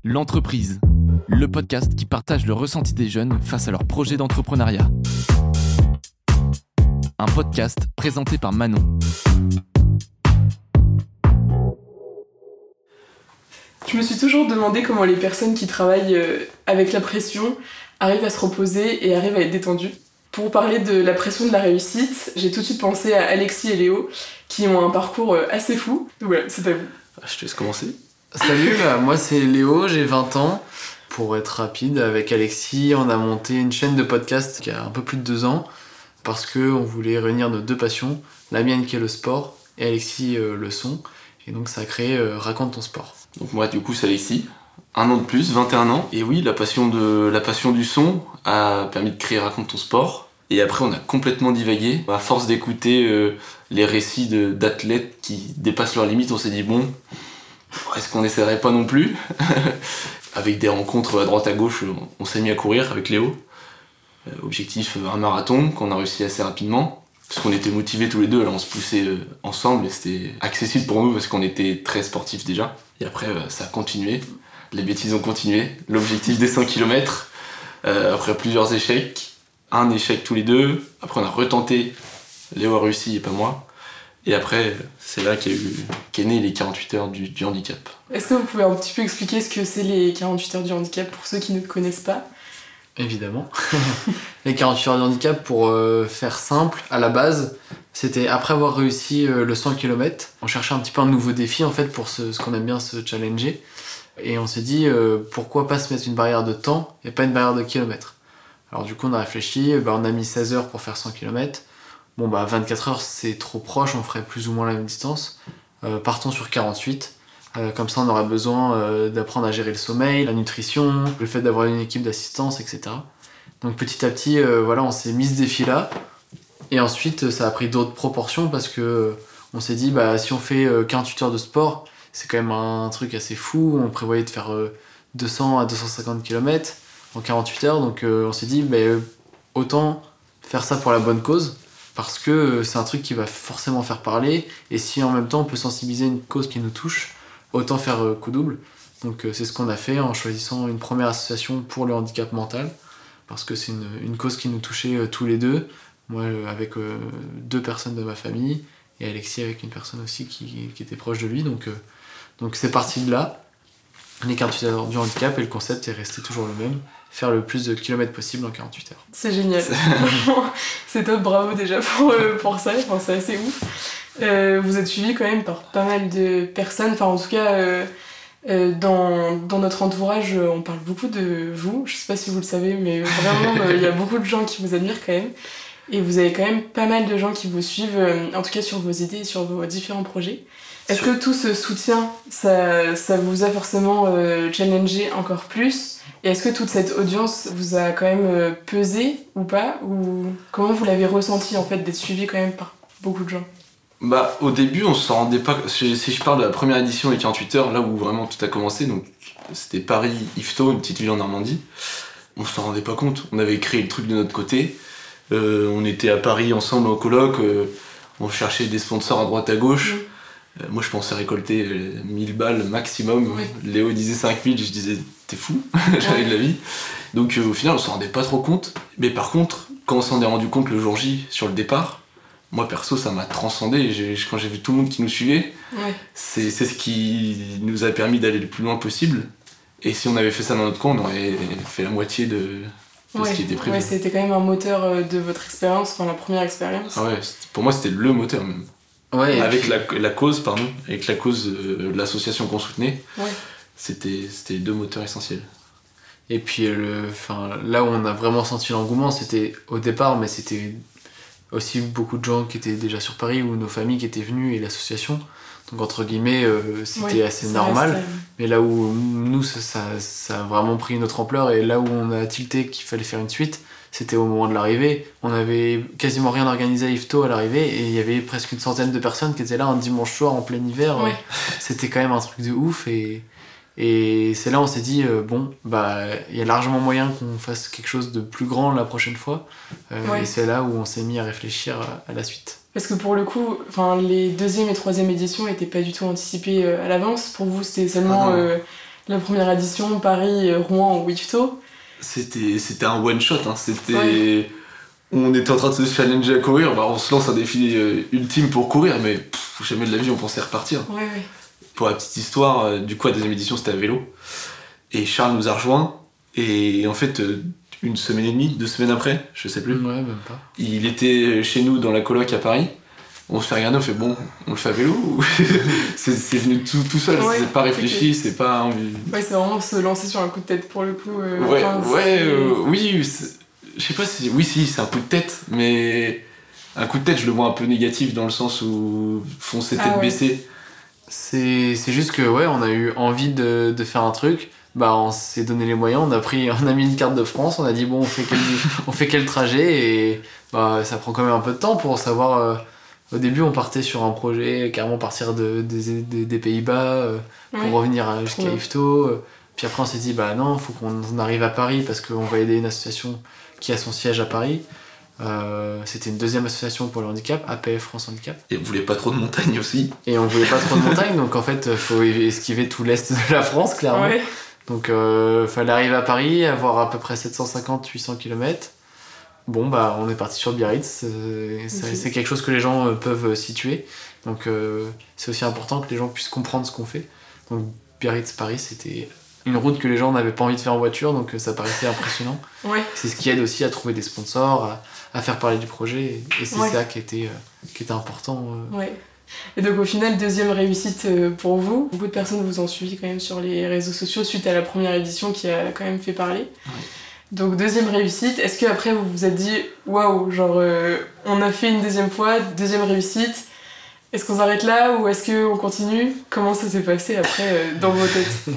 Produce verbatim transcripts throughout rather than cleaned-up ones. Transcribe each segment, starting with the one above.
L'entreprise, le podcast qui partage le ressenti des jeunes face à leurs projets d'entrepreneuriat. Un podcast présenté par Manon. Je me suis toujours demandé comment les personnes qui travaillent avec la pression arrivent à se reposer et arrivent à être détendues. Pour parler de la pression de la réussite, j'ai tout de suite pensé à Alexis et Léo, qui ont un parcours assez fou. Donc voilà, c'est à vous. Je te laisse commencer. Salut, bah, moi c'est Léo, j'ai vingt ans. Pour être rapide, avec Alexis, on a monté une chaîne de podcast qui a un peu plus de deux ans parce qu'on voulait réunir nos deux passions, la mienne qui est le sport et Alexis euh, le son. Et donc ça a créé euh, Raconte ton sport. Donc moi du coup c'est Alexis, un an de plus, vingt et un ans. Et oui, la passion, de, la passion du son a permis de créer Raconte ton sport. Et après on a complètement divagué. À force d'écouter euh, les récits de, d'athlètes qui dépassent leurs limites, on s'est dit bon, est-ce qu'on n'essaierait pas non plus? Avec des rencontres à droite à gauche, on s'est mis à courir avec Léo. Euh, objectif, un marathon qu'on a réussi assez rapidement. Parce qu'on était motivés tous les deux, alors on se poussait euh, ensemble et c'était accessible pour nous parce qu'on était très sportifs déjà. Et après euh, ça a continué, les bêtises ont continué. L'objectif des cent kilomètres, euh, après plusieurs échecs, un échec tous les deux. Après on a retenté, Léo a réussi et pas moi. Et après, c'est là qu'est, eu, qu'est né les quarante-huit heures du, du handicap. Est-ce que vous pouvez un petit peu expliquer ce que c'est les quarante-huit heures du handicap pour ceux qui ne connaissent pas? Évidemment. Les quarante-huit heures du handicap, pour euh, faire simple, à la base, c'était après avoir réussi euh, le cent kilomètres, on cherchait un petit peu un nouveau défi en fait pour ce, ce qu'on aime bien se challenger. Et on s'est dit, euh, pourquoi pas se mettre une barrière de temps et pas une barrière de kilomètres. Alors du coup on a réfléchi, bah, on a mis seize heures pour faire cent kilomètres. Bon bah vingt-quatre heures c'est trop proche, on ferait plus ou moins la même distance. Euh, partons sur quarante-huit. Euh, comme ça on aura besoin euh, d'apprendre à gérer le sommeil, la nutrition, le fait d'avoir une équipe d'assistance, et cetera. Donc petit à petit, euh, voilà, on s'est mis ce défi-là. Et ensuite ça a pris d'autres proportions parce que euh, on s'est dit bah si on fait euh, quarante-huit heures de sport, c'est quand même un truc assez fou. On prévoyait de faire euh, deux cents à deux cent cinquante kilomètres en quarante-huit heures, donc euh, on s'est dit bah, autant faire ça pour la bonne cause. Parce que c'est un truc qui va forcément faire parler, et si en même temps on peut sensibiliser une cause qui nous touche, autant faire coup double. Donc c'est ce qu'on a fait en choisissant une première association pour le handicap mental, parce que c'est une, une cause qui nous touchait tous les deux, moi avec euh, deux personnes de ma famille, et Alexis avec une personne aussi qui, qui était proche de lui, donc, euh, donc c'est parti de là, les quarante-huit heures du handicap, et le concept est resté toujours le même. Faire le plus de kilomètres possible en quarante-huit heures. C'est génial. C'est top, bravo déjà pour, euh, pour ça, enfin, c'est assez ouf. Euh, vous êtes suivis quand même par pas mal de personnes, enfin en tout cas euh, euh, dans, dans notre entourage on parle beaucoup de vous, je sais pas si vous le savez mais vraiment il euh, y a beaucoup de gens qui vous admirent quand même et vous avez quand même pas mal de gens qui vous suivent, euh, en tout cas sur vos idées et sur vos différents projets. Est-ce que tout ce soutien, ça, ça vous a forcément euh, challengé encore plus? Et est-ce que toute cette audience vous a quand même euh, pesé ou pas? Ou comment vous l'avez ressenti en fait d'être suivi quand même par beaucoup de gens? Bah au début on s'en rendait pas, si je parle de la première édition des quarante-huit heures, là où vraiment tout a commencé, donc c'était Paris-Yvetot, une petite ville en Normandie, on s'en rendait pas compte, on avait créé le truc de notre côté, euh, on était à Paris ensemble en coloc, euh, on cherchait des sponsors à droite à gauche. Mmh. Euh, moi je pensais récolter euh, mille balles maximum, oui. Léo disait cinq mille, je disais t'es fou, j'avais ouais. de la vie. Donc euh, au final on s'en rendait pas trop compte, mais par contre quand on s'en est rendu compte le jour J sur le départ, moi perso ça m'a transcendé, j'ai, quand j'ai vu tout le monde qui nous suivait, ouais. c'est, c'est ce qui nous a permis d'aller le plus loin possible, et si on avait fait ça dans notre camp on aurait fait la moitié de, de ouais. ce qui était prévu. Ouais, c'était quand même un moteur de votre expérience, enfin la première expérience. Ah ouais, pour moi c'était le moteur même. Ouais, avec puis... la, la cause, pardon, avec la cause euh, de l'association qu'on soutenait, ouais. c'était, c'était les deux moteurs essentiels. Et puis le, là où on a vraiment senti l'engouement, c'était au départ, mais c'était aussi beaucoup de gens qui étaient déjà sur Paris ou nos familles qui étaient venues et l'association. Donc entre guillemets, euh, c'était oui, assez normal. Reste... Mais là où nous, ça, ça, ça a vraiment pris une autre ampleur, et là où on a tilté qu'il fallait faire une suite, c'était au moment de l'arrivée. On avait quasiment rien organisé à Yvetot à l'arrivée, et il y avait presque une centaine de personnes qui étaient là un dimanche soir en plein hiver. Ouais. C'était quand même un truc de ouf, et, et c'est là où on s'est dit, euh, bon, bah, il y a largement moyen qu'on fasse quelque chose de plus grand la prochaine fois. Euh, ouais. Et c'est là où on s'est mis à réfléchir à, à la suite. Parce que pour le coup, les deuxième et troisième éditions n'étaient pas du tout anticipées à l'avance. Pour vous, c'était seulement... Ah euh, la première édition Paris-Rouen ou Yvetot. C'était, c'était un one-shot, hein. C'était... Ouais. On était en train de se challenger à courir, bah on se lance un défi euh, ultime pour courir, mais pff, jamais de la vie on pensait repartir. Ouais, ouais. Pour la petite histoire, euh, du coup, la deuxième édition, c'était à vélo. Et Charles nous a rejoints, et en fait, euh, une semaine et demie, deux semaines après, je sais plus, Ouais, même pas. il était chez nous dans la coloc à Paris. On se fait regarder, on fait bon, on le fait à vélo ou... c'est, c'est venu tout, tout seul, Ouais, c'est pas réfléchi, ok. c'est pas envie. Ouais, c'est vraiment se lancer sur un coup de tête pour le coup. Euh, Ouais, enfin, ouais, c'est- euh, oui, c'est- je sais pas si. Oui, si, c'est un coup de tête, mais un coup de tête, je le vois un peu négatif dans le sens où foncer tête Ah ouais. baissée. C'est, c'est juste que, ouais, on a eu envie de, de faire un truc. Bah, on s'est donné les moyens, on a pris, on a mis une carte de France, on a dit bon, on fait quel, on fait quel trajet et bah, ça prend quand même un peu de temps pour savoir. euh, au début, on partait sur un projet, carrément partir de, des, des, des Pays-Bas euh, pour Ouais. revenir à- jusqu'à Ouais. Yvetot. euh. Puis après, on s'est dit bah non, faut qu'on on arrive à Paris parce qu'on va aider une association qui a son siège à Paris. Euh, c'était une deuxième association pour le handicap, A P F France Handicap. Et vous voulez pas trop de montagne aussi. Et on voulait pas trop de montagnes, donc en fait, faut esquiver tout l'est de la France, clairement. Ouais. Donc euh, fallait arriver à Paris, avoir à peu près sept cent cinquante à huit cents kilomètres. Bon bah on est parti sur Biarritz, euh, c'est, Ok. c'est quelque chose que les gens euh, peuvent situer. Donc euh, c'est aussi important que les gens puissent comprendre ce qu'on fait. Donc Biarritz-Paris, c'était une route que les gens n'avaient pas envie de faire en voiture, donc euh, ça paraissait impressionnant. Ouais. C'est ce qui aide aussi à trouver des sponsors, à, à faire parler du projet, et c'est Ouais. ça qui était, euh, qui était important. euh. Ouais. Et donc au final, deuxième réussite euh, pour vous. Beaucoup de personnes vous ont suivi quand même sur les réseaux sociaux suite à la première édition qui a quand même fait parler. Ouais. Donc deuxième réussite, est-ce que après vous vous êtes dit waouh, genre euh, on a fait une deuxième fois, deuxième réussite, est-ce qu'on s'arrête là ou est-ce qu'on continue? Comment ça s'est passé après euh, dans vos têtes?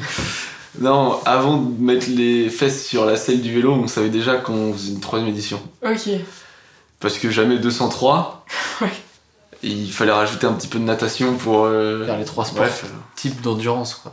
Non, avant de mettre les fesses sur la selle du vélo, on savait déjà qu'on faisait une troisième édition. Ok, Parce que jamais deux cent trois. Ouais. Et il fallait rajouter un petit peu de natation pour. euh, Faire les trois sports, Bref. type d'endurance quoi.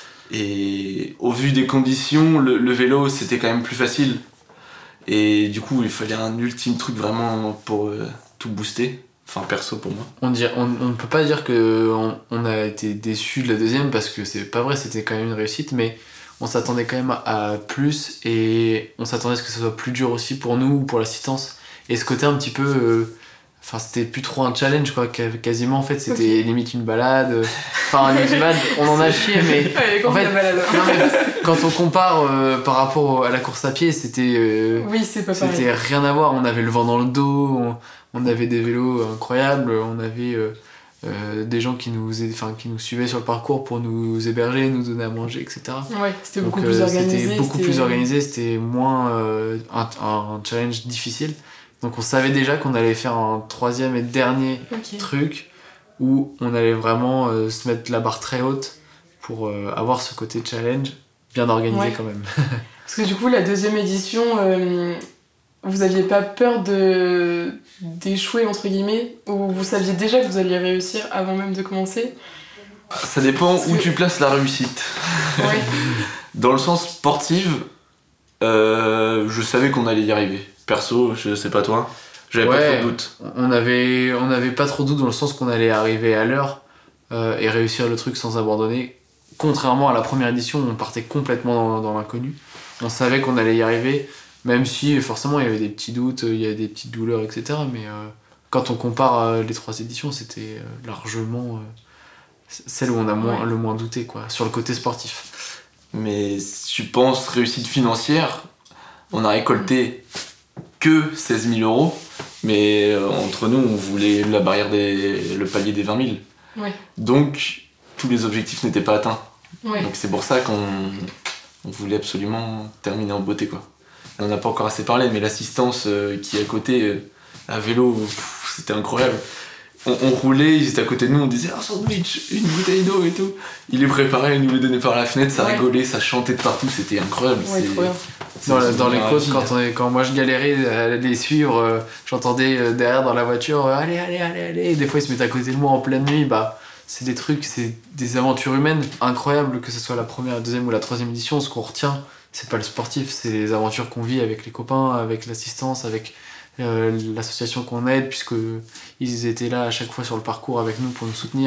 Et au vu des conditions, le, le vélo c'était quand même plus facile. Et du coup, il fallait un ultime truc vraiment pour euh, tout booster. Enfin, perso pour moi. On, dir- on, on ne peut pas dire que on, on a été déçu de la deuxième parce que c'est pas vrai, c'était quand même une réussite, mais on s'attendait quand même à, à plus et on s'attendait à ce que ce soit plus dur aussi pour nous ou pour l'assistance. Et ce côté un petit peu. euh, Enfin, c'était plus trop un challenge quoi, qu'a- quasiment en fait, c'était limite une balade. euh, Enfin, limite une balade, on en a chié, mais. ouais, En fait, la balade. Non, mais quand on compare euh, par rapport à la course à pied, c'était. euh, Oui, c'est pas pareil. C'était rien à voir, on avait le vent dans le dos, on, on avait des vélos incroyables, on avait euh, euh, des gens qui nous, aid- enfin, qui nous suivaient sur le parcours pour nous héberger, nous donner à manger, et cetera. Ouais, c'était Donc, beaucoup euh, plus organisé. C'était beaucoup plus organisé, c'était moins euh, un, un challenge difficile. Donc on savait déjà qu'on allait faire un troisième et dernier Ok. truc où on allait vraiment euh, se mettre la barre très haute pour euh, avoir ce côté challenge bien organisé Ouais. quand même. Parce que du coup, la deuxième édition, euh, vous aviez pas peur de d'échouer entre guillemets, ou vous saviez déjà que vous alliez réussir avant même de commencer? Ça dépend Parce où que- tu places la réussite. Ouais. Dans le sens sportif, euh, je savais qu'on allait y arriver. Perso, je sais pas toi, j'avais pas Ouais. trop de doute. On avait, on avait pas trop de doute dans le sens qu'on allait arriver à l'heure euh, et réussir le truc sans abandonner. Contrairement à la première édition où on partait complètement dans, dans l'inconnu. On savait qu'on allait y arriver, même si forcément il y avait des petits doutes, il y avait des petites douleurs, et cetera. Mais euh, quand on compare euh, les trois éditions, c'était euh, largement euh, celle où on a moins, Ouais. le moins douté quoi, sur le côté sportif. Mais si tu penses réussite financière, on a récolté que seize mille euros, mais euh, entre nous, on voulait la barrière des, le palier des vingt mille. Ouais. Donc, tous les objectifs n'étaient pas atteints. Ouais. Donc c'est pour ça qu'on on voulait absolument terminer en beauté, quoi. On n'en a pas encore assez parlé, mais l'assistance euh, qui est à côté, euh, à vélo, pff, c'était incroyable. On, on roulait, ils étaient à côté de nous, on disait un sandwich, une bouteille d'eau et tout. Ils les préparaient, ils nous les donnaient par la fenêtre, ça Ouais. rigolait, ça chantait de partout, c'était incroyable. Ouais, c'est, trop bien. c'est Dans, un la- dans les souvenir à côtes, vie. quand, on est, quand moi je galérais à les suivre, euh, j'entendais euh, derrière dans la voiture euh, allez, allez, allez, allez. Et des fois ils se mettaient à côté de moi en pleine nuit. Bah, c'est des trucs, c'est des aventures humaines incroyables, que ce soit la première, la deuxième ou la troisième édition. Ce qu'on retient, c'est pas le sportif, c'est les aventures qu'on vit avec les copains, avec l'assistance, avec euh, l'association qu'on aide, puisque ils étaient là à chaque fois sur le parcours avec nous pour nous soutenir.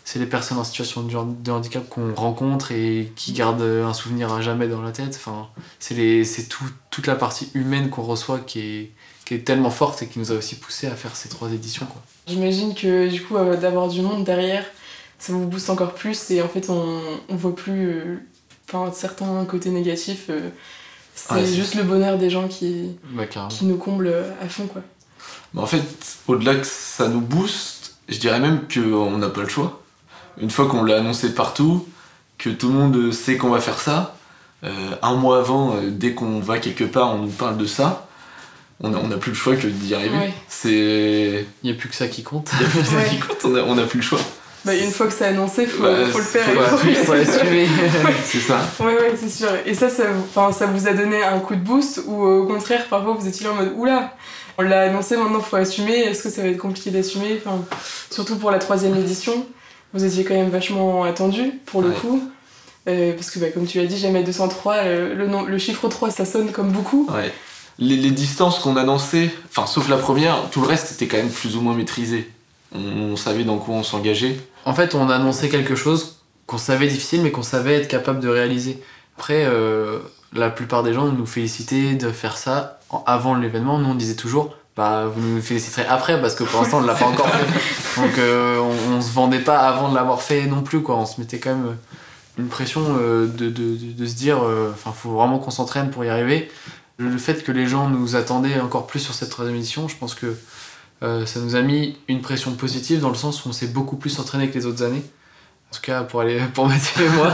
c'est les personnes en situation de, de handicap qu'on rencontre et qui gardent un souvenir à jamais dans la tête. Enfin, c'est, les, c'est tout, toute la partie humaine qu'on reçoit qui est, qui est tellement forte et qui nous a aussi poussé à faire ces trois éditions, quoi. J'imagine que du coup, euh, d'avoir du monde derrière, ça vous booste encore plus et en fait, on, on voit plus euh, enfin, certains côtés négatifs. Euh, c'est Ouais, c'est- juste le bonheur des gens qui, Bah, carrément. qui nous comble à fond, quoi. Mais en fait, au-delà que ça nous booste, je dirais même qu'on n'a pas le choix. Une fois qu'on l'a annoncé partout, que tout le monde sait qu'on va faire ça, euh, un mois avant, euh, dès qu'on va quelque part, on nous parle de ça, on n'a on a plus le choix que d'y arriver. Ouais. C'est... Il n'y a plus que ça qui compte. Il y a plus ça Ouais. qui compte, on a, on a plus le choix. Bah, une fois que c'est annoncé, faut, Bah, faut le faire. faut- et Ouais, faut il faut assumer. C'est ça. Ouais, ouais, c'est sûr. Et ça, ça, vous- enfin, ça vous a donné un coup de boost ou euh, au contraire, parfois vous étiez là en mode oula, on l'a annoncé, maintenant faut assumer. Est-ce que ça va être compliqué d'assumer, enfin, surtout pour la troisième édition, vous étiez quand même vachement attendu pour le Ouais. coup. Euh, parce que, bah, comme tu l'as dit, jamais deux cent trois, euh, le, nom, le chiffre trois, ça sonne comme beaucoup. Ouais. Les, les distances qu'on annonçait, enfin sauf la première, tout le reste était quand même plus ou moins maîtrisé. On, on savait dans quoi on s'engageait. En fait, on annonçait quelque chose qu'on savait difficile, mais qu'on savait être capable de réaliser. Après, euh, la plupart des gens nous félicitaient de faire ça en- avant l'événement. Nous, on disait toujours, bah, vous nous féliciterez après, parce que pour l'instant, on ne l'a pas encore fait. Donc, euh, on, on se vendait pas avant de l'avoir fait non plus, quoi. On se mettait quand même une pression euh, de, de, de, de se dire, enfin, faut vraiment qu'on s'entraîne pour y arriver. Le, le fait que les gens nous attendaient encore plus sur cette troisième édition, je pense que euh, ça nous a mis une pression positive dans le sens où on s'est beaucoup plus entraîné que les autres années. En tout cas pour, aller, pour Mathieu et moi.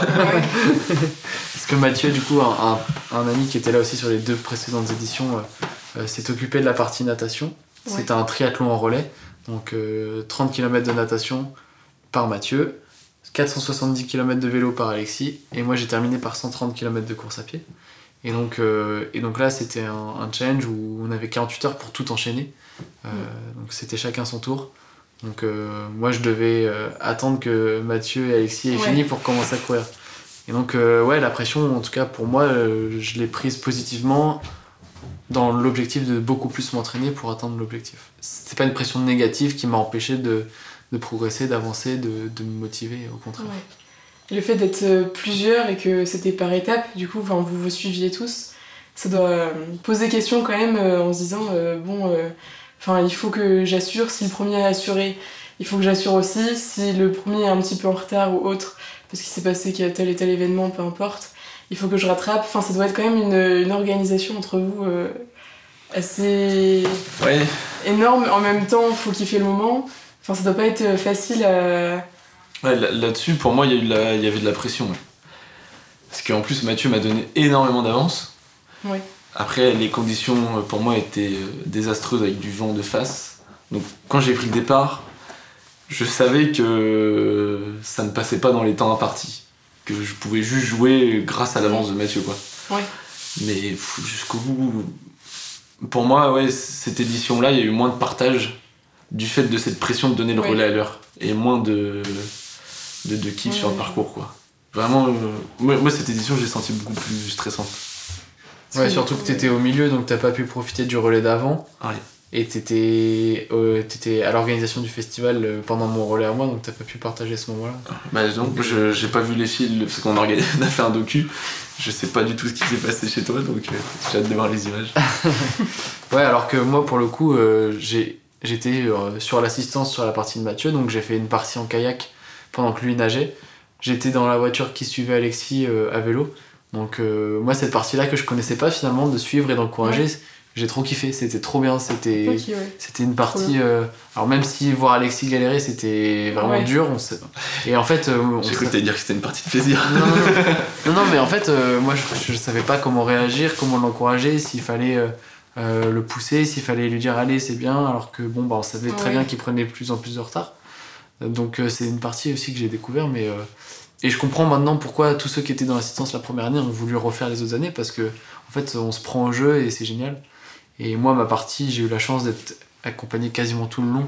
Parce que Mathieu, du coup, un, un, un ami qui était là aussi sur les deux précédentes éditions, euh, euh, s'est occupé de la partie natation. Ouais. C'était un triathlon en relais, donc euh, trente kilomètres de natation par Mathieu, quatre cent soixante-dix kilomètres de vélo par Alexis, et moi j'ai terminé par cent trente kilomètres de course à pied. Et donc, euh, et donc là, c'était un, un challenge où on avait quarante-huit heures pour tout enchaîner. Euh, donc c'était chacun son tour. Donc euh, moi, je devais euh, attendre que Mathieu et Alexis aient Ouais. fini pour commencer à courir. Et donc, euh, ouais, la pression, en tout cas pour moi, euh, je l'ai prise positivement dans l'objectif de beaucoup plus m'entraîner pour atteindre l'objectif. C'est pas une pression négative qui m'a empêché de, de progresser, d'avancer, de, de me motiver, au contraire. Ouais. Et le fait d'être euh, plusieurs et que c'était par étapes, du coup, enfin, vous vous suiviez tous, ça doit euh, poser question quand même euh, en se disant, euh, bon, euh, enfin, il faut que j'assure, si le premier a assuré, il faut que j'assure aussi, si le premier est un petit peu en retard ou autre, parce qu'il s'est passé qu'il y a tel et tel événement, peu importe, il faut que je rattrape. Enfin, ça doit être quand même une, une organisation entre vous euh, assez Ouais. énorme. En même temps, il faut kiffer le moment. Enfin, ça doit pas être facile à... Ouais, là- là-dessus, pour moi, il y, a eu de la- il y avait de la pression. Ouais. Parce qu'en plus, Mathieu m'a donné énormément d'avance. Ouais. Après, les conditions, euh, pour moi, étaient euh, désastreuses avec du vent de face. Donc, quand j'ai pris le départ, je savais que ça ne passait pas dans les temps impartis. Que je pouvais juste jouer grâce à l'avance de Mathieu, quoi. Ouais. Mais pff, jusqu'au bout, pour moi, ouais, cette édition-là, il y a eu moins de partage du fait de cette pression de donner le Ouais. relais à l'heure. Et moins de, de, de kiff Ouais, sur le ouais. parcours, quoi. Vraiment, euh, moi, moi, cette édition, je l'ai sentie beaucoup plus stressante. Ouais, surtout que t'étais au milieu, donc t'as pas pu profiter du relais d'avant. Ouais. Et t'étais, euh, t'étais à l'organisation du festival euh, pendant mon relais à moi, donc t'as pas pu partager ce moment-là. Bah, donc, je, j'ai pas vu les fils parce qu'on a, organisé, on a fait un docu. Je sais pas du tout ce qui s'est passé chez toi, donc euh, j'ai hâte de voir les images. Ouais, alors que moi, pour le coup, euh, j'ai, j'étais euh, sur l'assistance sur la partie de Mathieu, donc j'ai fait une partie en kayak pendant que lui nageait. J'étais dans la voiture qui suivait Alexis euh, à vélo. Donc euh, moi, cette partie-là que je connaissais pas finalement, de suivre et d'encourager, Ouais. j'ai trop kiffé. C'était trop bien. C'était, Ok, ouais. c'était une partie... euh, alors même si voir Alexis galérer, c'était vraiment Ouais. dur. On s'est- Et en fait... euh, on J'ai s'est- cru que t'allais dire que c'était une partie de plaisir. Non, non, non. non, non, mais en fait, euh, moi, je, je savais pas comment réagir, comment l'encourager, s'il fallait euh, euh, le pousser, s'il fallait lui dire allez, c'est bien, alors que bon, bah, on savait très Ouais. bien qu'il prenait de plus en plus de retard. Euh, Donc, euh, c'est une partie aussi que j'ai découvert, mais. euh, et je comprends maintenant pourquoi tous ceux qui étaient dans l'assistance la première année ont voulu refaire les autres années, parce que, en fait, on se prend au jeu et c'est génial. Et moi, ma partie, j'ai eu la chance d'être accompagné quasiment tout le long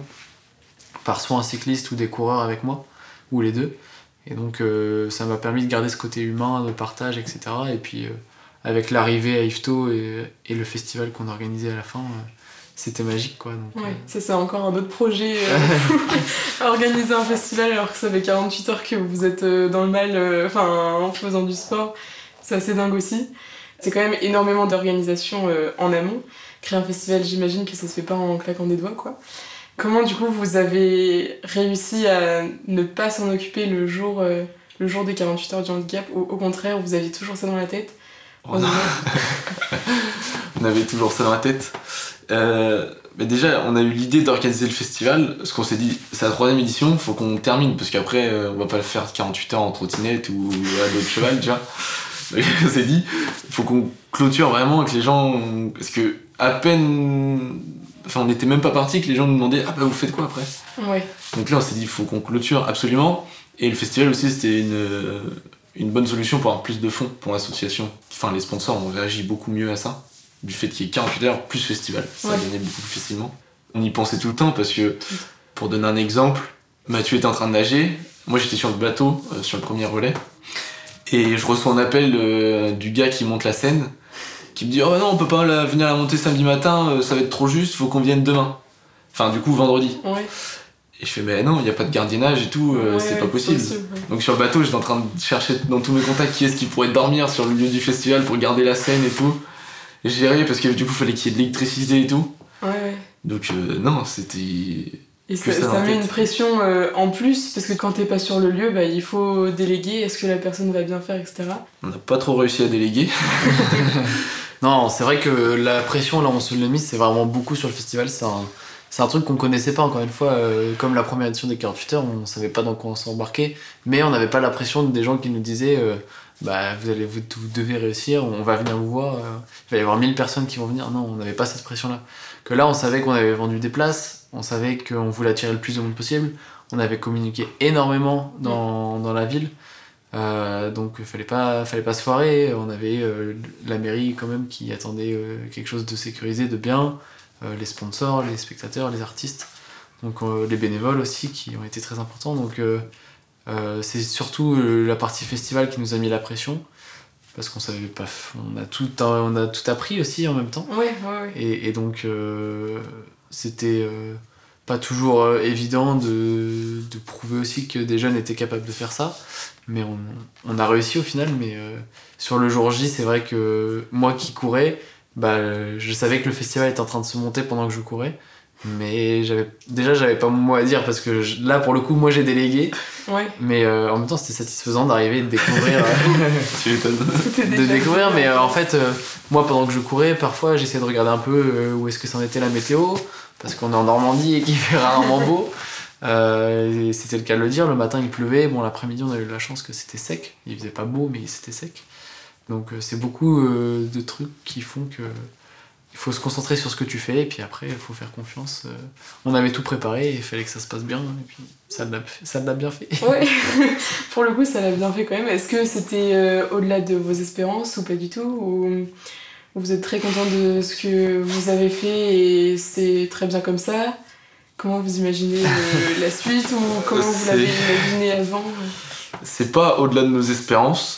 par soit un cycliste ou des coureurs avec moi, ou les deux. Et donc euh, ça m'a permis de garder ce côté humain, de partage, et cetera. Et puis euh, avec l'arrivée à Yvetot et, et le festival qu'on a organisé à la fin, euh, c'était magique quoi. Donc, Ouais, euh, ça c'est encore un autre projet, euh, organiser un festival alors que ça fait quarante-huit heures que vous êtes euh, dans le mal, euh, enfin en faisant du sport, c'est assez dingue aussi. C'est quand même énormément d'organisation euh, en amont. Créer un festival, j'imagine que ça se fait pas en claquant des doigts quoi. Comment du coup vous avez réussi à ne pas s'en occuper le jour, euh, le jour des quarante-huit heures du handicap, ou au contraire vous aviez toujours ça dans la tête? On, a... on avait toujours ça dans la tête. Euh, mais déjà, on a eu l'idée d'organiser le festival, parce qu'on s'est dit, c'est la troisième édition, faut qu'on termine, parce qu'après, euh, on va pas le faire quarante-huit heures en trottinette ou à dos de cheval, déjà. Donc, on s'est dit, faut qu'on clôture vraiment, que les gens... Parce que à peine... Enfin, on n'était même pas partis, que les gens nous demandaient, ah bah vous faites quoi après? Ouais. Donc là, on s'est dit, faut qu'on clôture absolument. Et le festival aussi, c'était une... une bonne solution pour avoir plus de fonds pour l'association. Enfin, les sponsors ont réagi beaucoup mieux à ça, du fait qu'il y ait quarante-huit heures plus festival. Ça ouais. gagnait beaucoup plus facilement. On y pensait tout le temps parce que, pour donner un exemple, Mathieu était en train de nager, moi j'étais sur le bateau, euh, sur le premier relais, et je reçois un appel euh, du gars qui monte la scène, qui me dit « Oh non, on peut pas la, venir la monter samedi matin, euh, ça va être trop juste, faut qu'on vienne demain. » Enfin, du coup, vendredi. Ouais. Et je fais, mais non, il n'y a pas de gardiennage et tout, euh, ouais, c'est ouais, pas possible. possible ouais. Donc sur le bateau, j'étais en train de chercher dans tous mes contacts qui est-ce qui pourrait dormir sur le lieu du festival pour garder la scène et tout. Et j'ai géré parce que du coup, il fallait qu'il y ait de l'électricité et tout. Ouais, ouais. Donc euh, non, c'était... Et ça, ça, ça met une pression euh, en plus, parce que quand t'es pas sur le lieu, bah, il faut déléguer, est-ce que la personne va bien faire, et cetera. On n'a pas trop réussi à déléguer. Non, c'est vrai que la pression, là, on se l'a mise, c'est vraiment beaucoup sur le festival, c'est un... C'est un truc qu'on connaissait pas, encore une fois, euh, comme la première édition des quarante-huit heures, on savait pas dans quoi on s'embarquait, mais on n'avait pas la pression des gens qui nous disaient euh, bah vous, allez, vous, vous devez réussir, on va venir vous voir, euh, il va y avoir mille personnes qui vont venir. Non, on n'avait pas cette pression-là. Que là, on savait qu'on avait vendu des places, on savait qu'on voulait attirer le plus de monde possible, on avait communiqué énormément dans, dans la ville, euh, donc il fallait pas, fallait pas se foirer, on avait euh, la mairie quand même qui attendait euh, quelque chose de sécurisé, de bien, Euh, les sponsors, les spectateurs, les artistes, donc euh, les bénévoles aussi qui ont été très importants. Donc euh, euh, c'est surtout euh, la partie festival qui nous a mis la pression parce qu'on savait pas, on a tout, on a tout appris aussi en même temps. Ouais, ouais, ouais. Et, et donc euh, c'était euh, pas toujours euh, évident de, de prouver aussi que des jeunes étaient capables de faire ça, mais on, on a réussi au final. Mais euh, sur le jour J, c'est vrai que moi qui courais, bah, je savais que le festival était en train de se monter pendant que je courais, mais j'avais, déjà j'avais pas mon mot à dire parce que je, là pour le coup moi j'ai délégué, ouais. mais euh, en même temps c'était satisfaisant d'arriver et de découvrir Tu m'étonnes. de découvrir mais euh, en fait euh, moi pendant que je courais parfois j'essayais de regarder un peu euh, où est-ce que c'en était la météo parce qu'on est en Normandie et qu'il fait rarement beau. Euh, et c'était le cas de le dire, le matin il pleuvait, bon l'après-midi on a eu la chance que c'était sec, il faisait pas beau mais c'était sec. Donc euh, c'est beaucoup euh, de trucs qui font que il faut se concentrer sur ce que tu fais et puis après il faut faire confiance. Euh, on avait tout préparé et il fallait que ça se passe bien et puis ça l'a, ça l'a bien fait. Ouais, pour le coup ça l'a bien fait quand même. Est-ce que c'était euh, au-delà de vos espérances ou pas du tout, ou vous êtes très content de ce que vous avez fait et c'est très bien comme ça? Comment vous imaginez euh, la suite, ou comment vous l'avez imaginé avant? C'est pas au-delà de nos espérances.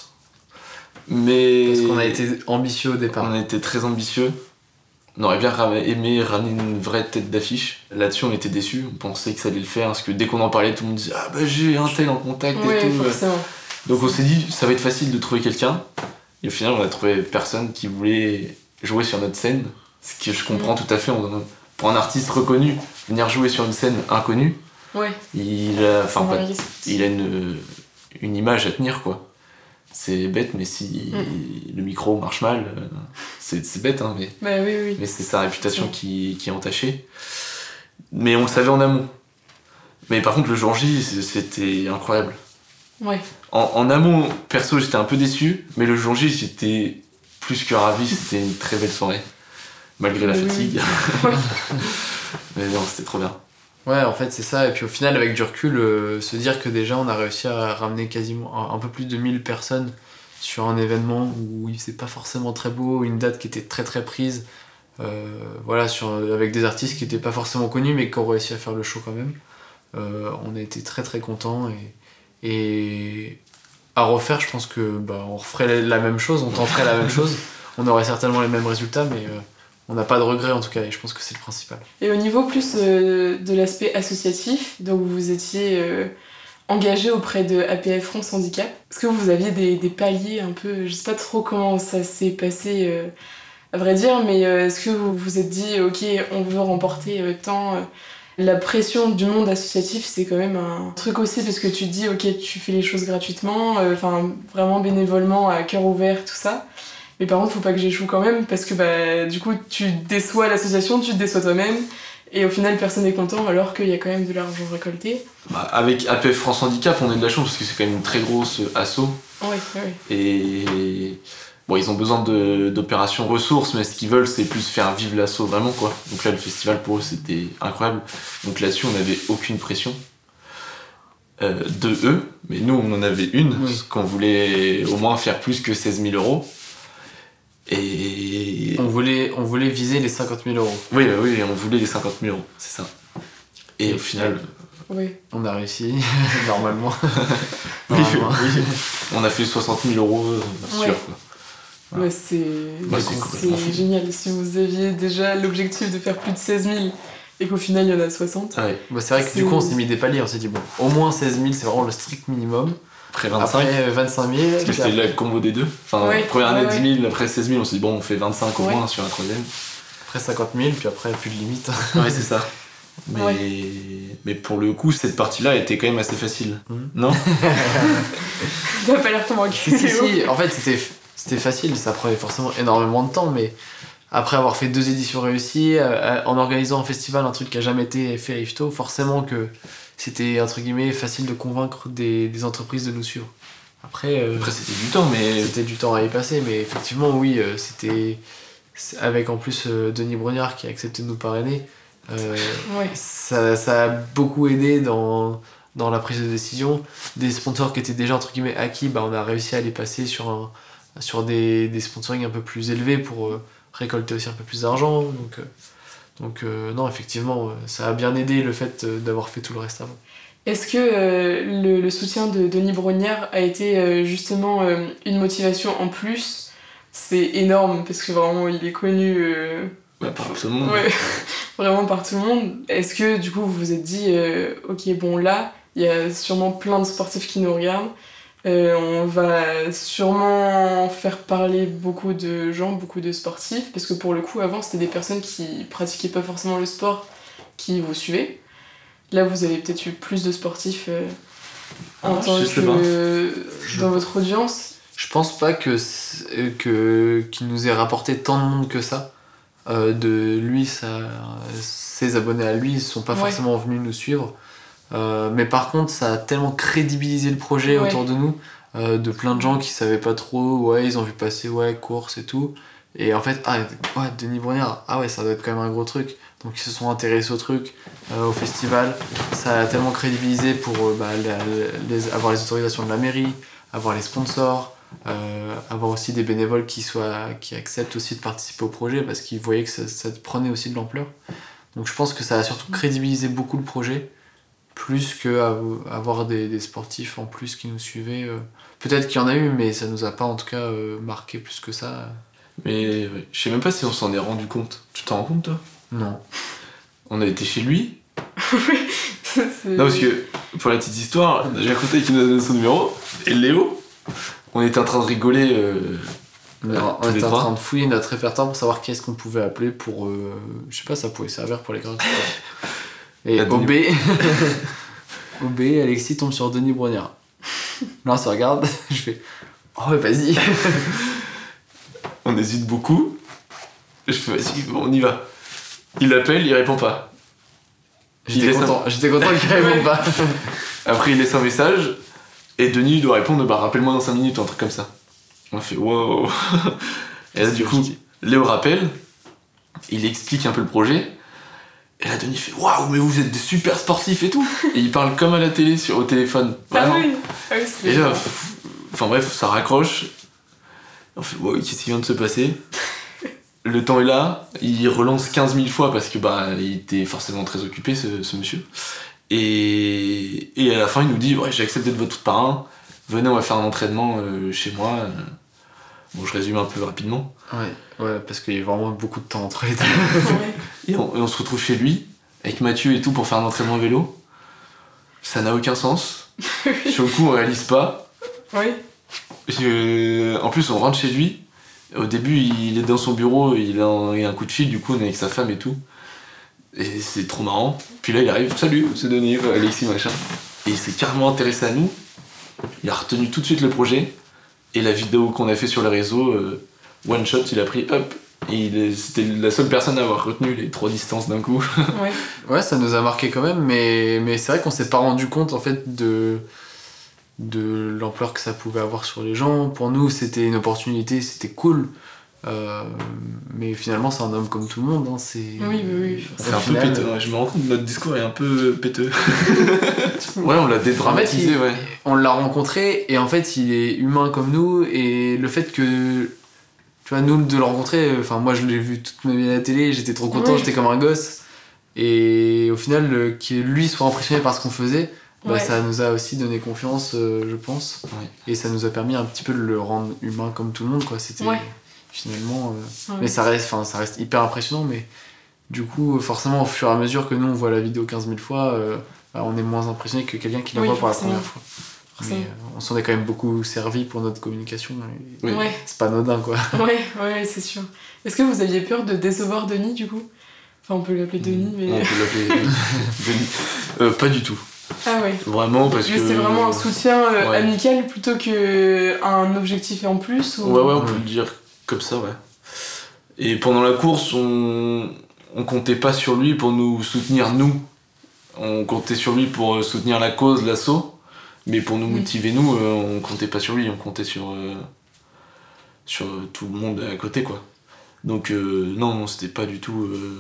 Mais... Parce qu'on a été ambitieux au départ. On a été très ambitieux. On aurait bien aimé ramener une vraie tête d'affiche. Là-dessus, on était déçus. On pensait que ça allait le faire. Parce que dès qu'on en parlait, tout le monde disait « Ah bah j'ai un tel en contact ouais, et tout. » forcément. Donc on s'est dit ça va être facile de trouver quelqu'un. Et au final, on a trouvé personne qui voulait jouer sur notre scène. Ce que je comprends mmh. tout à fait. On, pour un artiste reconnu, venir jouer sur une scène inconnue, ouais. il a, enfin, pas, il a une, une image à tenir, quoi. C'est bête, mais si mmh. le micro marche mal, c'est, c'est bête, hein, mais, bah, oui, oui. mais c'est sa réputation qui, qui est entachée. Mais on le savait en amont. Mais par contre, le jour J, c'était incroyable. Ouais. En, en amont, perso, j'étais un peu déçu, mais le jour J, j'étais plus que ravi. C'était une très belle soirée, malgré la oui, fatigue. Oui. Mais non, c'était trop bien. Ouais, en fait, c'est ça. Et puis au final, avec du recul, euh, se dire que déjà, on a réussi à ramener quasiment un, un peu plus de mille personnes sur un événement où il faisait pas forcément très beau, une date qui était très très prise, euh, voilà, sur, avec des artistes qui étaient pas forcément connus, mais qui ont réussi à faire le show quand même. Euh, on a été très très contents et, et à refaire, je pense que bah, on referait la même chose, on tenterait la même chose, on aurait certainement les mêmes résultats, mais euh, on n'a pas de regrets en tout cas, et je pense que c'est le principal. Et au niveau plus euh, de l'aspect associatif, donc vous étiez euh, engagé auprès de A P F France Handicap. Est-ce que vous aviez des, des paliers un peu, je sais pas trop comment ça s'est passé euh, à vrai dire, mais euh, est-ce que vous vous êtes dit ok, on veut remporter euh, tant euh, la pression du monde associatif, c'est quand même un truc aussi parce que tu te dis ok, tu fais les choses gratuitement, enfin euh, vraiment bénévolement, à cœur ouvert, tout ça. Mais par contre, faut pas que j'échoue quand même parce que bah du coup, tu déçois l'association, tu te déçois toi-même. Et au final, personne n'est content alors qu'il y a quand même de l'argent récolté. Bah, avec A P F France Handicap, on est de la chance parce que c'est quand même une très grosse asso. Ouais, ouais. Et bon, ils ont besoin de, d'opérations ressources, mais ce qu'ils veulent, c'est plus faire vivre l'asso vraiment, quoi. Donc là, le festival pour eux, c'était incroyable. Donc là-dessus, on n'avait aucune pression euh, de eux, mais nous, on en avait une, Oui. parce qu'on voulait au moins faire plus que seize mille euros. Et. On voulait, on voulait viser les cinquante mille euros. Oui, bah oui, on voulait les cinquante mille euros, c'est ça. Et, Et au final. Oui. On a réussi, normalement. Oui, Normalement. oui. On a fait soixante mille euros, euh, sûr, Ouais. quoi. Ouais, c'est, Bah, c'est c'est complètement fou. génial. Si vous aviez déjà l'objectif de faire plus de seize mille et qu'au final il y en a soixante. Ah ouais. Bah, c'est vrai que C'est- du coup, on s'est mis des paliers. On s'est dit, bon, au moins seize mille, c'est vraiment le strict minimum. Après vingt-cinq. Après, vingt-cinq mille. Parce que c'était le combo des deux. Enfin, Ouais, première année ouais, dix mille, après seize mille, on s'est dit bon, on fait vingt-cinq au Ouais. moins sur la troisième. Après cinquante mille, puis après, plus de limite. Ouais, c'est ça. Mais, Ouais. mais pour le coup, cette partie-là était quand même assez facile. Mhm. Non? T'as pas l'air convaincu. si, si, si. En fait, c'était, c'était facile. Ça prenait forcément énormément de temps, mais après avoir fait deux éditions réussies, euh, en organisant un festival, un truc qui a jamais été fait à Ifto, forcément que c'était, entre guillemets, facile de convaincre des, des entreprises de nous suivre. Après, euh, Après, c'était du temps, mais. c'était du temps à y passer, mais effectivement, oui, euh, c'était c'est- avec en plus euh, Denis Brognard qui a accepté de nous parrainer. euh, Ouais. ça, ça a beaucoup aidé dans, dans la prise de décision. Des sponsors qui étaient déjà entre guillemets acquis, bah, on a réussi à les passer sur, un, sur des, des sponsorings un peu plus élevés pour euh, récolter aussi un peu plus d'argent. Donc, euh, donc euh, non, effectivement, euh, ça a bien aidé le fait euh, d'avoir fait tout le reste avant. Est-ce que euh, le, le soutien de Denis Brognard a été euh, justement euh, une motivation en plus? C'est énorme parce que vraiment il est connu euh, Bah, par tout le monde. ouais, vraiment par tout le monde. Est-ce que du coup vous vous êtes dit euh, ok bon là il y a sûrement plein de sportifs qui nous regardent, euh, on va sûrement faire parler beaucoup de gens, beaucoup de sportifs parce que pour le coup avant c'était des personnes qui pratiquaient pas forcément le sport qui vous suivaient. Là, vous avez peut-être eu plus de sportifs euh, en Ah, tant je sais que Je- dans votre audience. Je pense pas que, c'est- que qu'il nous ait rapporté tant de monde que ça. Euh, de lui, ça, ses abonnés à lui, ils sont pas Ouais. forcément venus nous suivre. Euh, mais par contre, ça a tellement crédibilisé le projet Ouais. autour de nous, euh, de plein de gens qui savaient pas trop, ouais, ils ont vu passer, ouais, course et tout. Et en fait, ah, ouais, Denis Brognard, ah ouais, ça doit être quand même un gros truc. Donc ils se sont intéressés au truc, euh, au festival. Ça a tellement crédibilisé pour euh, bah, la- les- avoir les autorisations de la mairie, avoir les sponsors, euh, avoir aussi des bénévoles qui, soient, qui acceptent aussi de participer au projet parce qu'ils voyaient que ça, ça prenait aussi de l'ampleur. Donc je pense que ça a surtout crédibilisé beaucoup le projet, plus qu'avoir des, des sportifs en plus qui nous suivaient. euh. Peut-être qu'il y en a eu, mais ça nous a pas en tout cas euh, marqué plus que ça. Mais ouais, je sais même pas si on s'en est rendu compte. Tu t'en rends compte, toi? Non. On a été chez lui. C'est- Non, parce que, pour la petite histoire, j'ai raconté qu'il nous a donné son numéro. Et Léo, on était en train de rigoler. euh, On, euh, on tous les était en trois. train de fouiller notre répertoire pour savoir qui est-ce qu'on pouvait appeler pour. euh, je sais pas, ça pouvait servir pour les gars. Et La O B. Denis- O B, Alexis tombe sur Denis Brognard. Là, on se regarde, je fais. Oh, ouais, vas-y. On hésite beaucoup. Je fais, vas-y, bon, on y va. Il appelle, il répond pas. J'étais Il laisse content, j'étais content qu'il réponde pas. Après, il laisse un message. Et Denis doit répondre, bah rappelle-moi dans cinq minutes ou un truc comme ça. On a fait wow. Et là, du coup, Léo rappelle. Il explique un peu le projet. Et là, Denis fait waouh, mais vous êtes des super sportifs et tout. Et il parle comme à la télé, sur, au téléphone. Ah Vraiment. oui, ah oui c'est Et là, pff, enfin bref, ça raccroche. On fait, wow, qu'est-ce qui vient de se passer? Le temps est là, il relance quinze mille fois parce que bah il était forcément très occupé ce, ce monsieur. Et, et à la fin, il nous dit ouais, j'ai accepté de votre parrain, venez, on va faire un entraînement euh, chez moi. Bon, je résume un peu rapidement. Ouais, ouais, parce qu'il y a vraiment beaucoup de temps entre les deux. Ouais. Et on, et on se retrouve chez lui, avec Mathieu et tout, pour faire un entraînement vélo. Ça n'a aucun sens. Sur le coup, on réalise pas. Oui. Je- En plus, on rentre chez lui. Au début, il est dans son bureau, il a un, il a un coup de fil, du coup, on est avec sa femme et tout. Et c'est trop marrant. Puis là, il arrive, salut, c'est Denis, Alexis, machin. Et il s'est carrément intéressé à nous. Il a retenu tout de suite le projet. Et la vidéo qu'on a fait sur les réseaux, euh, one shot, il a pris, hop. Et il est- c'était la seule personne à avoir retenu les trois distances d'un coup. Ouais. Ouais, ça nous a marqué quand même, mais, mais c'est vrai qu'on s'est pas rendu compte en fait de, de l'ampleur que ça pouvait avoir sur les gens. Pour nous, c'était une opportunité, c'était cool. Euh, mais finalement, c'est un homme comme tout le monde. Hein, c'est... Oui, oui, oui. Au C'est un final, peu péteux, ouais, je me rends compte que notre discours est un peu péteux. Ouais, on l'a dédramatisé, En fait, il- ouais. On l'a rencontré et en fait, il est humain comme nous. Et le fait que, tu vois, nous, de le rencontrer, enfin, moi, je l'ai vu toute ma vie à la télé, j'étais trop content, Oui. j'étais comme un gosse. Et au final, euh, qu'il lui soit impressionné par ce qu'on faisait, bah, Ouais. ça nous a aussi donné confiance, euh, je pense. Ouais. Et ça nous a permis un petit peu de le rendre humain comme tout le monde, quoi. C'était Ouais. finalement. euh, Ouais. Mais ça reste, enfin, ça reste hyper impressionnant, mais du coup, forcément, au fur et à mesure que nous, on voit la vidéo quinze mille fois, euh, bah, on est moins impressionné que quelqu'un qui la Oui, voit pour la forcément. première fois. Mais Forcément. euh, on s'en est quand même beaucoup servi pour notre communication. Et Oui. Ouais. c'est pas anodin, quoi. Ouais, ouais, c'est sûr. Est-ce que vous aviez peur de décevoir Denis du coup? Enfin, on peut l'appeler Denis, mais. On peut l'appeler Denis. Euh, pas du tout. Ah ouais. Vraiment, parce que. C'était vraiment un soutien euh, Ouais. amical plutôt qu'un objectif en plus ou... Ouais, ouais, on peut le dire comme ça, ouais. Et pendant la course, on, on comptait pas sur lui pour nous soutenir, nous. On comptait sur lui pour euh, soutenir la cause, l'assaut. Mais pour nous Oui. motiver, nous, euh, on comptait pas sur lui, on comptait sur, euh, sur tout le monde à côté, quoi. Donc, euh, non, non, c'était pas du tout. euh,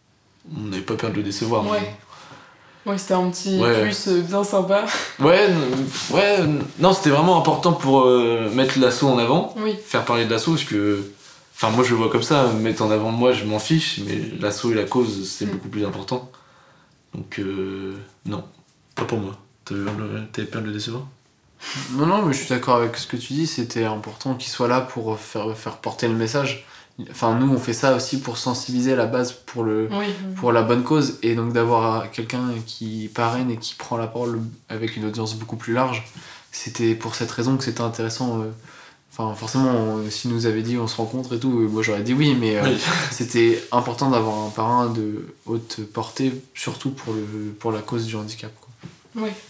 on n'avait pas peur de le décevoir. Ouais. Ouais, c'était un petit Ouais. plus euh, bien sympa. Ouais, n- ouais, n- non, c'était vraiment important pour euh, mettre l'assaut en avant. Oui. Faire parler de l'assaut, parce que. Enfin, moi je le vois comme ça, mettre en avant moi, je m'en fiche, mais l'assaut et la cause, c'est Mm. beaucoup plus important. Donc, euh, non, pas pour moi. T'avais peur de- t'avais peur de le décevoir? Non, non, mais je suis d'accord avec ce que tu dis. C'était important qu'il soit là pour faire, faire porter le message. Enfin, nous, on fait ça aussi pour sensibiliser à la base pour le. Oui. pour la bonne cause, et donc d'avoir quelqu'un qui parraine et qui prend la parole avec une audience beaucoup plus large, c'était pour cette raison que c'était intéressant. euh. Enfin, forcément, on- s'il nous avait dit on se rencontre et tout, euh, moi j'aurais dit oui, mais euh, Oui. c'était important d'avoir un parrain de haute portée, surtout pour, le, pour la cause du handicap, quoi. Ouais.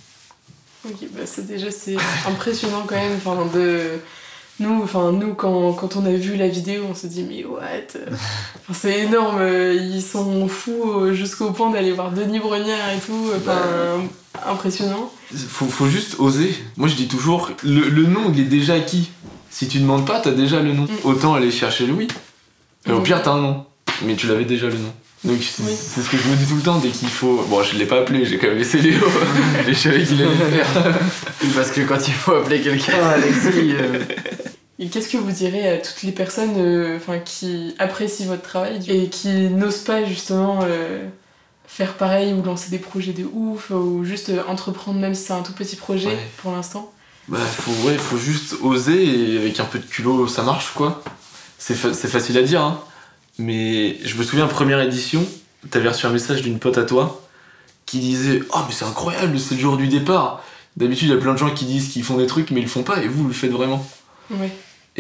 Ok, bah ça déjà c'est impressionnant quand même. Enfin, de... Nous, enfin, nous quand, quand on a vu la vidéo, on s'est dit mais what? Enfin, c'est énorme, euh, ils sont fous euh, jusqu'au point d'aller voir Denis Brogniart et tout. Enfin, impressionnant. Faut, faut juste oser. Moi je dis toujours, le, le nom il est déjà acquis. Si tu demandes pas, t'as déjà le nom. Mm. Autant aller chercher le oui. Et au Mm. pire, t'as un nom. Mais tu l'avais déjà le nom. Donc c'est Oui. c'est ce que je me dis tout le temps dès qu'il faut. Bon, je l'ai pas appelé, j'ai quand même laissé Léo. Et je savais qu'il allait le faire. Parce que quand il faut appeler quelqu'un, Alexis. euh, Et qu'est-ce que vous direz à toutes les personnes euh, enfin, qui apprécient votre travail et qui n'osent pas justement euh, faire pareil ou lancer des projets de ouf ou juste euh, entreprendre même si c'est un tout petit projet Ouais. pour l'instant? Bah, faut, ouais, faut juste oser et avec un peu de culot, ça marche quoi. C'est fa- c'est facile à dire, hein. Mais je me souviens, première édition, t'avais reçu un message d'une pote à toi qui disait « Oh, mais c'est incroyable, c'est le jour du départ !» D'habitude, il y a plein de gens qui disent qu'ils font des trucs, mais ils le font pas, et vous, vous le faites vraiment. Ouais.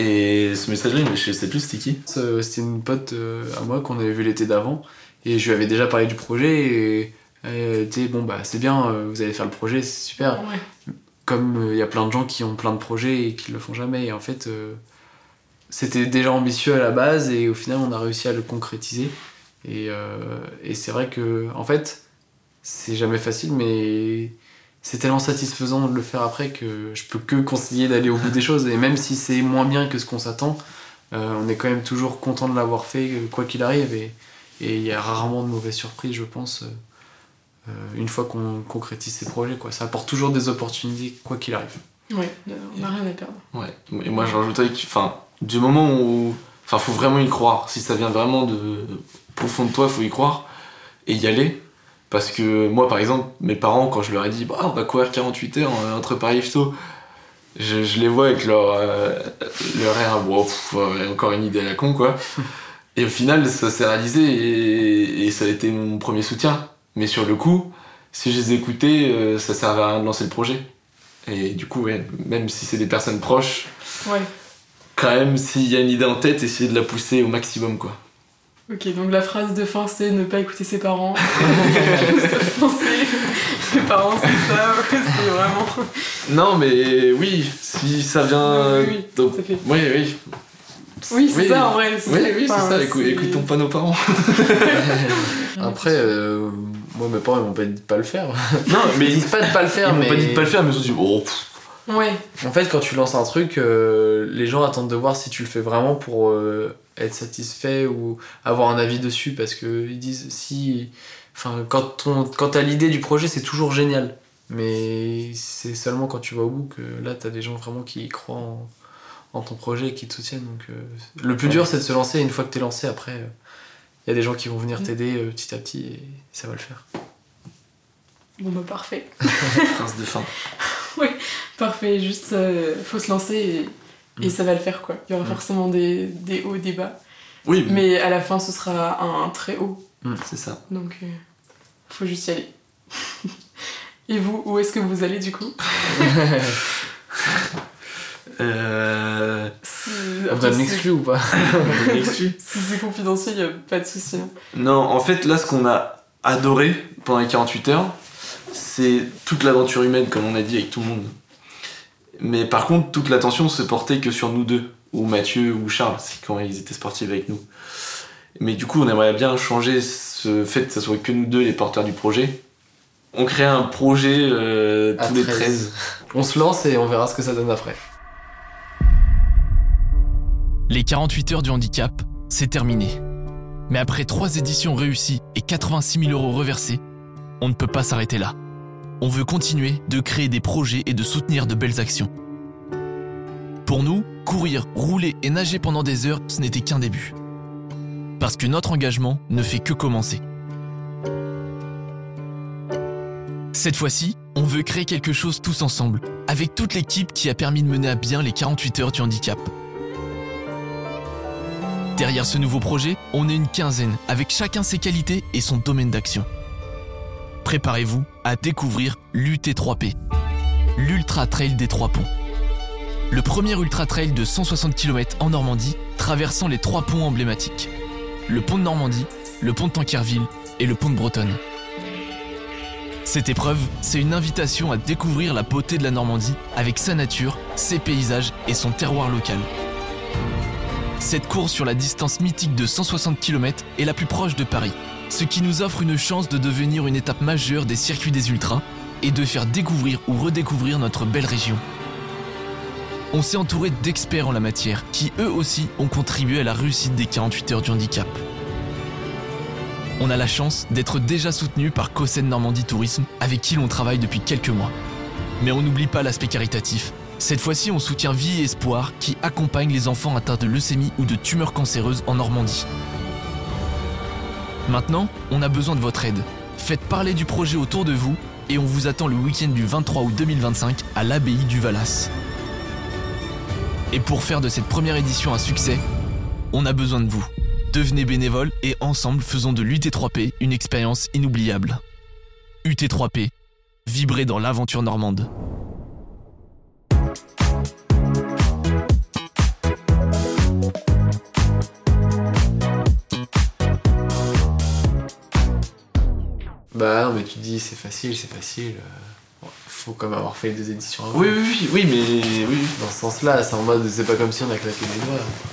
Et ce message-là, mais je sais plus c'était qui. Ça, C'était une pote euh, à moi qu'on avait vu l'été d'avant, et je lui avais déjà parlé du projet, et elle était bon, bah c'est bien, euh, vous allez faire le projet, c'est super. Ouais. Comme il y a plein de gens qui ont plein de projets et qui le font jamais, et en fait, euh, c'était déjà ambitieux à la base, et au final, on a réussi à le concrétiser. Et, euh, et c'est vrai que, en fait, c'est jamais facile, mais c'est tellement satisfaisant de le faire après que je peux que conseiller d'aller au bout des choses. Et même si c'est moins bien que ce qu'on s'attend, euh, on est quand même toujours content de l'avoir fait, euh, quoi qu'il arrive. Et et il y a rarement de mauvaises surprises, je pense, euh, euh, une fois qu'on concrétise ces projets, quoi. Ça apporte toujours des opportunités, quoi qu'il arrive. Ouais, euh, on n'a rien à perdre. Ouais. Et moi, je rajouterais que, enfin, du moment où. Enfin, faut vraiment y croire. Si ça vient vraiment de profond de toi, faut y croire et y aller. Parce que moi, par exemple, mes parents, quand je leur ai dit, bah, on va courir quarante-huit heures euh, entre Paris et Ifto, Je, je les vois avec leur, euh, leur air, bon, pff, ouais, encore une idée à la con, quoi. Et au final, ça s'est réalisé et, et ça a été mon premier soutien. Mais sur le coup, si je les écoutais, euh, ça servait à rien de lancer le projet. Et du coup, ouais, même si c'est des personnes proches, Ouais. quand même, s'il y a une idée en tête, essayer de la pousser au maximum, quoi. Ok, donc la phrase de fin, c'est ne pas écouter ses parents. Juste penser, les parents, c'est ça, c'est vraiment... Non, mais oui, si ça vient... Oui, oui, donc, tout à fait. oui, oui. Oui, c'est ça, en vrai. Oui, oui, c'est enfin, ça, écou- c'est- écoutons pas nos parents. Après, euh, moi, mes parents, ils m'ont pas dit de pas le faire. Non, mais Ils disent pas de pas le faire, Ils m'ont mais... pas dit de pas le faire, mais ils se sont dit, oh, pff. Ouais, En fait, quand tu lances un truc, euh, les gens attendent de voir si tu le fais vraiment pour euh, être satisfait ou avoir un avis dessus, parce que ils disent si, enfin, quand on, quand t'as l'idée du projet, c'est toujours génial, mais c'est seulement quand tu vas au bout que là, t'as des gens vraiment qui y croient en, en ton projet et qui te soutiennent. Donc, euh, le plus dur, c'est de se lancer. Et une fois que t'es lancé, après, il euh, y a des gens qui vont venir t'aider euh, petit à petit et ça va le faire. bon bah parfait. Prince de fin. Parfait, juste euh, faut se lancer et, et Mm. ça va le faire quoi. Il y aura Mm. forcément des, des hauts, des bas. Oui, mais Mais à la fin, ce sera un, très haut. c'est ça. Donc, euh, faut juste y aller. Et vous, où est-ce que vous allez du coup? Euh... Si, On après, donne si- l'exclu ou pas? exclu. Si c'est confidentiel, y a pas de souci. hein. Non, en fait, là, ce qu'on a adoré pendant les quarante-huit heures, c'est toute l'aventure humaine, comme on a dit, avec tout le monde. Mais par contre, toute l'attention se portait que sur nous deux, ou Mathieu ou Charles, c'est quand ils étaient sportifs avec nous. Mais du coup, on aimerait bien changer ce fait que ce soit que nous deux les porteurs du projet. On crée un projet euh, À tous les treize. treize. On se lance et on verra ce que ça donne après. Les quarante-huit heures du handicap, c'est terminé. Mais après trois éditions réussies et quatre-vingt-six mille euros reversés, on ne peut pas s'arrêter là. On veut continuer de créer des projets et de soutenir de belles actions. Pour nous, courir, rouler et nager pendant des heures, ce n'était qu'un début. Parce que notre engagement ne fait que commencer. Cette fois-ci, on veut créer quelque chose tous ensemble, avec toute l'équipe qui a permis de mener à bien les quarante-huit heures du handicap. Derrière ce nouveau projet, on est une quinzaine, avec chacun ses qualités et son domaine d'action. Préparez-vous à découvrir l'U T trois P, l'Ultra Trail des Trois Ponts. Le premier Ultra Trail de cent soixante kilomètres en Normandie, traversant les trois ponts emblématiques. Le pont de Normandie, le pont de Tankerville et le pont de Bretonne. Cette épreuve, c'est une invitation à découvrir la beauté de la Normandie avec sa nature, ses paysages et son terroir local. Cette course sur la distance mythique de cent soixante kilomètres est la plus proche de Paris, ce qui nous offre une chance de devenir une étape majeure des circuits des ultras et de faire découvrir ou redécouvrir notre belle région. On s'est entouré d'experts en la matière qui eux aussi ont contribué à la réussite des quarante-huit heures du handicap. On a la chance d'être déjà soutenu par Cossen Normandie Tourisme avec qui l'on travaille depuis quelques mois. Mais on n'oublie pas l'aspect caritatif. Cette fois-ci, on soutient Vie et Espoir qui accompagne les enfants atteints de leucémie ou de tumeurs cancéreuses en Normandie. Maintenant, on a besoin de votre aide. Faites parler du projet autour de vous et on vous attend le week-end du vingt-trois août deux mille vingt-cinq à l'abbaye du Valas. Et pour faire de cette première édition un succès, on a besoin de vous. Devenez bénévole et ensemble faisons de l'U T trois P une expérience inoubliable. U T trois P, vibrez dans l'aventure normande. Bah non, mais tu dis c'est facile, c'est facile. euh, bon, faut quand même avoir fait deux éditions avant. Oui, oui, oui, oui, mais oui. Dans ce sens-là, c'est en mode c'est pas comme si on a claqué des doigts.